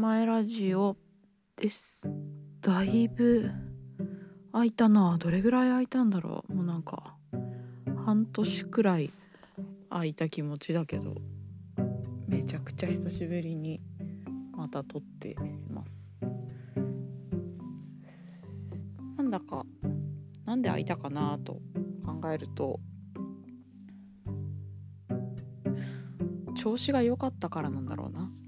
前ラジオです。だいぶ空いたな。どれぐらい空いたんだろう。もうなんか半年くらい空いた気持ちだけど、めちゃくちゃ久しぶりにまた撮ってます。なんだかなんで空いたかなと考えると、調子が良かったからなんだろうな。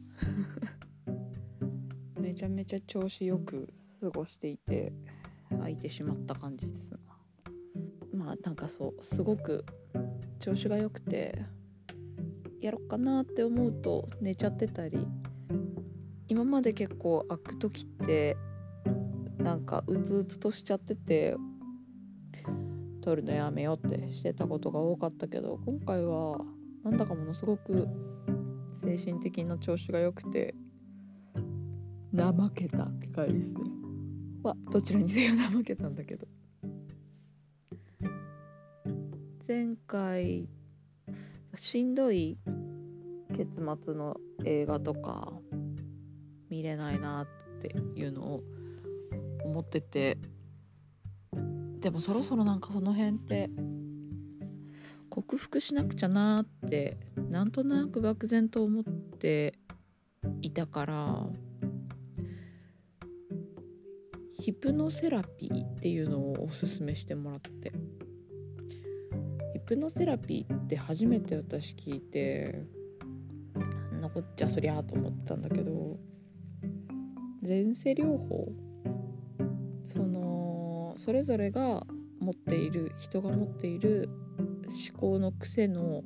めちゃめちゃ調子よく過ごしていて空いてしまった感じですな。まあなんかすごく調子が良くてやろっかなって思うと寝ちゃってたり、今まで結構開く時ってなんかうつうつとしちゃってて撮るのやめようってしてたことが多かったけど、今回はなんだかものすごく精神的な調子が良くて怠けたって感じですね。どちらにせよ怠けたんだけど、前回しんどい結末の映画とか見れないなっていうのを思ってて、でもそろそろなんかその辺って克服しなくちゃなってなんとなく漠然と思っていたから、ヒプノセラピーっていうのをおすすめしてもらって、ヒプノセラピーって初めて私聞いて、なんだこっちゃそりゃと思ってたんだけど、前世療法、それぞれが人が持っている思考の癖の、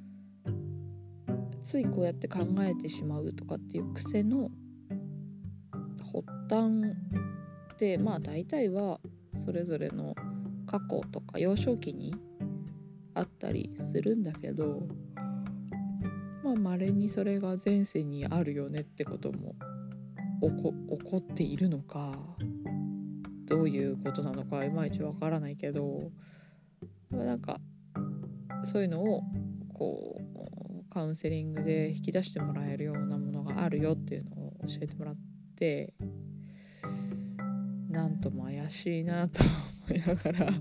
ついこうやって考えてしまうとかっていう癖の発端で、大体はそれぞれの過去とか幼少期にあったりするんだけど、稀にそれが前世にあるよねってことも起こっているのか、どういうことなのかいまいちわからないけど、なんかそういうのをこうカウンセリングで引き出してもらえるようなものがあるよっていうのを教えてもらって、なんとも怪しいなと思いながら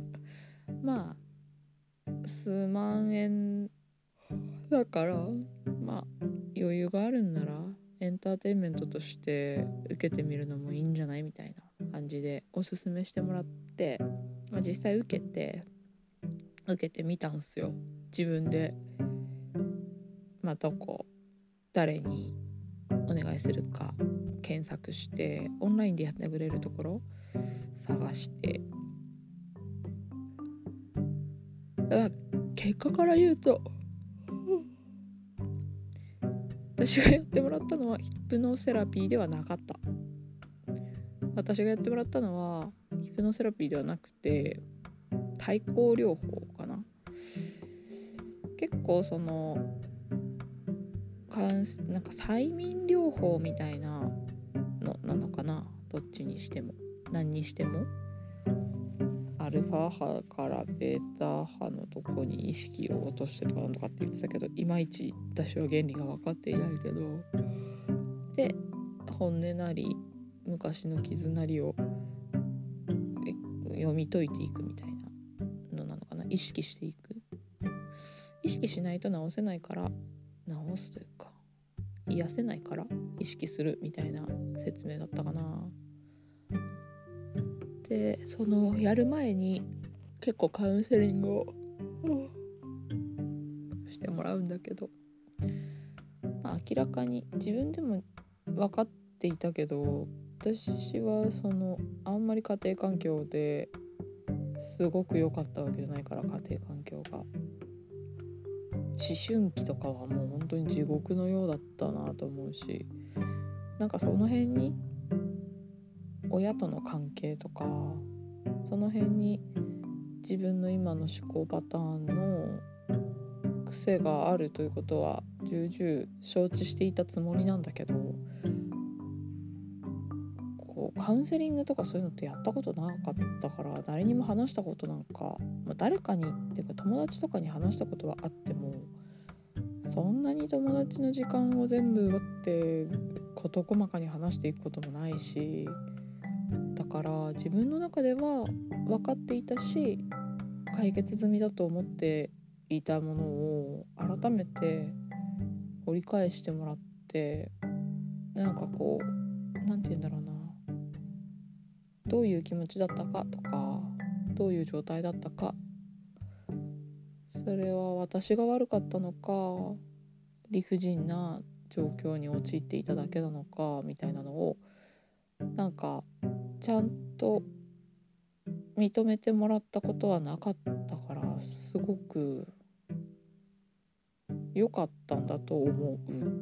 数万円だから、余裕があるんならエンターテインメントとして受けてみるのもいいんじゃないみたいな感じでおすすめしてもらって、実際受けてみたんすよ。自分で誰にお願いするか検索してオンラインでやってくれるところ探して、結果から言うと私がやってもらったのはヒプノセラピーではなかった。私がやってもらったのはヒプノセラピーではなくて対抗療法かな。結構なんか催眠療法みたいなのなのかな。どっちにしても何にしてもアルファ波からベータ波のとこに意識を落としてとかなんとかって言ってたけど、いまいち私は原理が分かっていないけど、で本音なり昔の傷なりを読み解いていくみたいなのなのかな。意識していく、意識しないと治せないから、治すというか癒せないから意識するみたいな説明だったかな。でやる前に結構カウンセリングをしてもらうんだけど、明らかに自分でも分かっていたけど、私はあんまり家庭環境ですごく良かったわけじゃないから、家庭環境が思春期とかはもう本当に地獄のようだったなと思うし、なんかその辺に親との関係とか、その辺に自分の今の思考パターンの癖があるということは重々承知していたつもりなんだけど、カウンセリングとかそういうのってやったことなかったから、誰にも話したことなんか、誰かにっていうか友達とかに話したことはあっても、そんなに友達の時間を全部奪って事細かに話していくこともないし、だから自分の中では分かっていたし解決済みだと思っていたものを改めて掘り返してもらって、なんかこうなんて言うんだろうな、どういう気持ちだったかとか、どういう状態だったか、それは私が悪かったのか、理不尽な状況に陥っていただけなのかみたいなのをなんかちゃんと認めてもらったことはなかったから、すごく良かったんだと思う。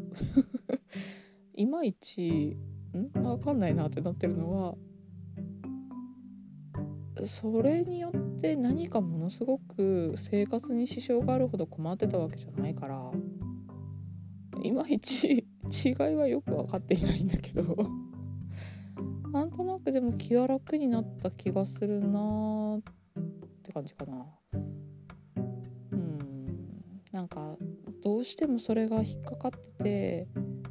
いまいち分かんないなってなってるのは、それによって何かものすごく生活に支障があるほど困ってたわけじゃないから、いまいち違いはよく分かっていないんだけどなんとなくでも気が楽になった気がするなって感じかな。なんかどうしてもそれが引っかかってて、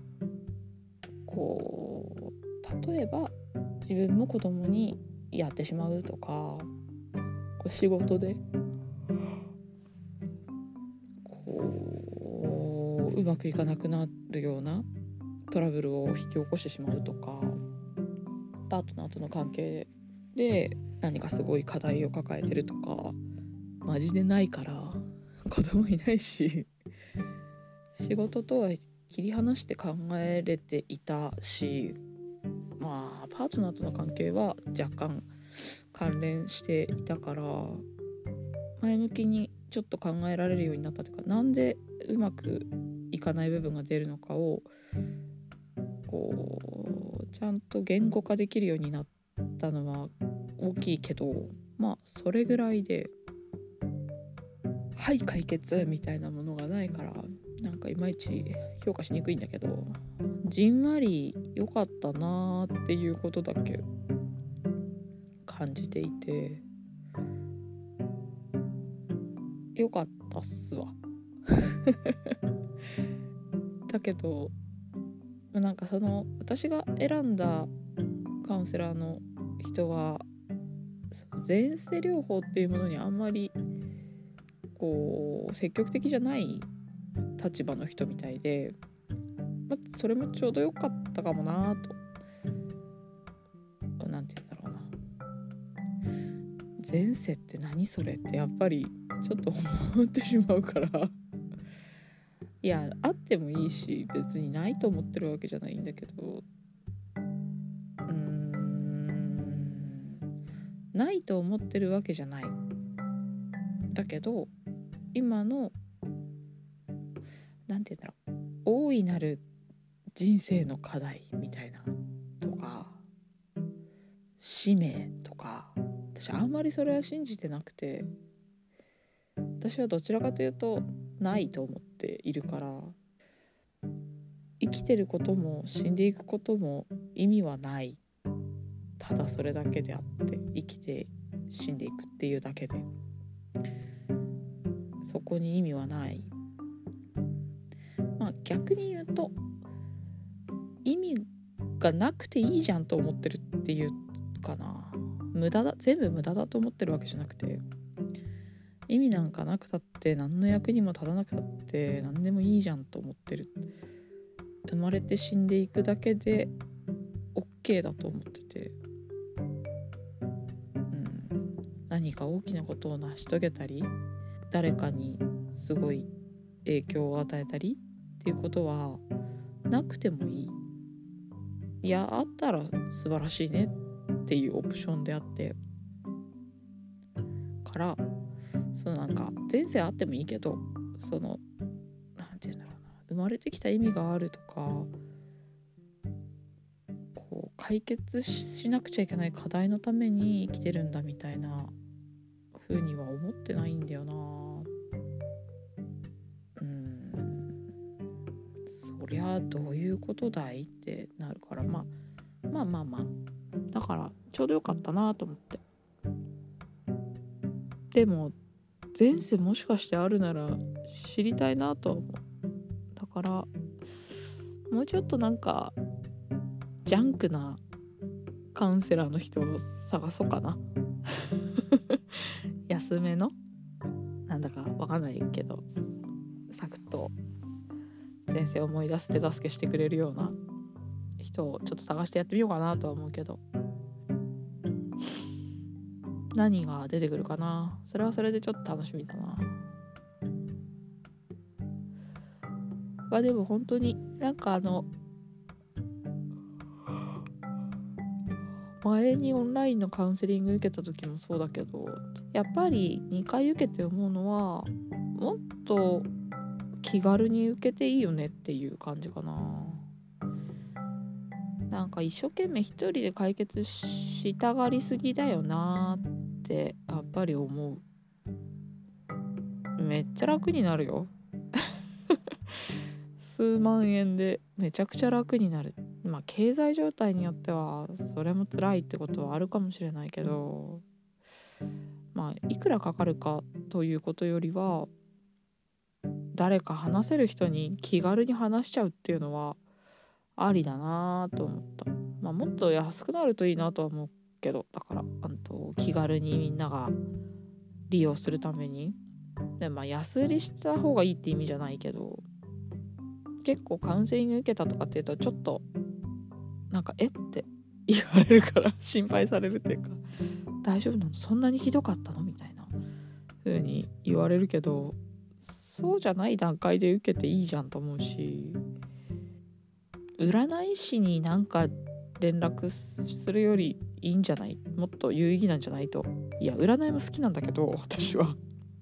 こう例えば自分も子供にやってしまうとか、こう仕事でこううまくいかなくなるようなトラブルを引き起こしてしまうとか、パートナーとの関係で何かすごい課題を抱えてるとか、マジでないから子供いないし仕事とは切り離して考えれていたし、まあパートナーとの関係は若干関連していたから前向きにちょっと考えられるようになったというか、なんでうまくいかない部分が出るのかをこうちゃんと言語化できるようになったのは大きいけど、まあそれぐらいではい解決みたいなものがないから、なんかいまいち評価しにくいんだけど、じんわり良かったなーっていうことだけ感じていて、良かったっすわだけどなんかその私が選んだカウンセラーの人は前世療法っていうものにあんまりこう積極的じゃない立場の人みたいで、それもちょうど良かったかもなと。なんて言うんだろうな、前世って何それってやっぱりちょっと思ってしまうからいやあってもいいし別にないと思ってるわけじゃないんだけど、ないと思ってるわけじゃない。だけど今のなんて言うんだろう、大いなる人生の課題みたいなとか使命とか、私あんまりそれは信じてなくて、私はどちらかというとないと思っているから、生きてることも死んでいくことも意味はない、ただそれだけであって、生きて死んでいくっていうだけでそこに意味はない。まあ逆に言うと意味がなくていいじゃんと思ってるっていうかな。無駄だ、全部無駄だと思ってるわけじゃなくて、意味なんかなくたって何の役にも立たなくたって何でもいいじゃんと思ってる。生まれて死んでいくだけで OK だと思ってて、何か大きなことを成し遂げたり誰かにすごい影響を与えたりっていうことはなくてもいい。いやあったら素晴らしいねっていうオプションであってから、そのなんか前世あってもいいけど、そのなんていうんだろうな、生まれてきた意味があるとか、こう解決しなくちゃいけない課題のために生きてるんだみたいな風には思ってないんだよな。そりゃどういうことだいってなるから、まあだからちょうどよかったなと思って。でも前世もしかしてあるなら知りたいなとは思う。だからもうちょっとなんかジャンクなカウンセラーの人を探そうかな安めのなんだかわかんないけどサクッと先生を思い出す手助けしてくれるような人をちょっと探してやってみようかなとは思うけど、何が出てくるかな。それはそれでちょっと楽しみだな。でも本当になんか前にオンラインのカウンセリング受けた時もそうだけど、やっぱり2回受けて思うのは、もっと気軽に受けていいよねっていう感じかな。なんか一生懸命一人で解決したがりすぎだよなってやっぱり思う。めっちゃ楽になるよ数万円でめちゃくちゃ楽になる。経済状態によってはそれも辛いってことはあるかもしれないけど、いくらかかるかということよりは、誰か話せる人に気軽に話しちゃうっていうのはありだなと思った。もっと安くなるといいなとは思うけど、だから気軽にみんなが利用するためにで、安売りした方がいいって意味じゃないけど、結構カウンセリング受けたとかっていうとちょっとなんかって言われるから心配されるっていうか、大丈夫なの、そんなにひどかったのみたいな風に言われるけど、そうじゃない段階で受けていいじゃんと思うし、占い師になんか連絡するよりいいんじゃない、もっと有意義なんじゃないと。いや占いも好きなんだけど私は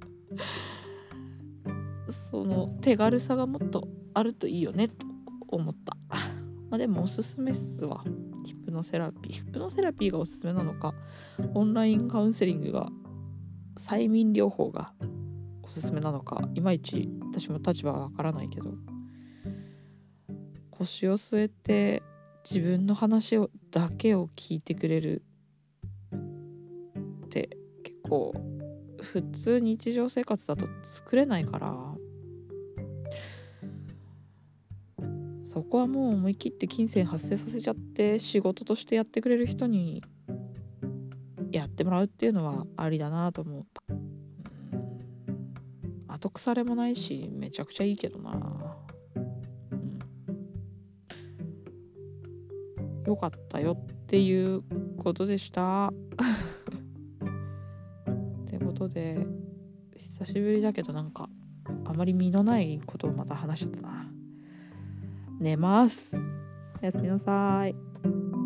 その手軽さがもっとあるといいよねと思った。でもおすすめっすわ。ヒプノセラピーがおすすめなのか、オンラインカウンセリングが、催眠療法がおすすめなのか、いまいち私も立場はわからないけど、腰を据えて自分の話だけを聞いてくれるって結構普通日常生活だと作れないから、そこはもう思い切って金銭発生させちゃって仕事としてやってくれる人にやってもらうっていうのはありだなと思った。後腐れもないしめちゃくちゃいいけどな。よかったよっていうことでしたってことで、久しぶりだけどなんかあまり身のないことをまた話しちゃったな。寝ます。おやすみなさい。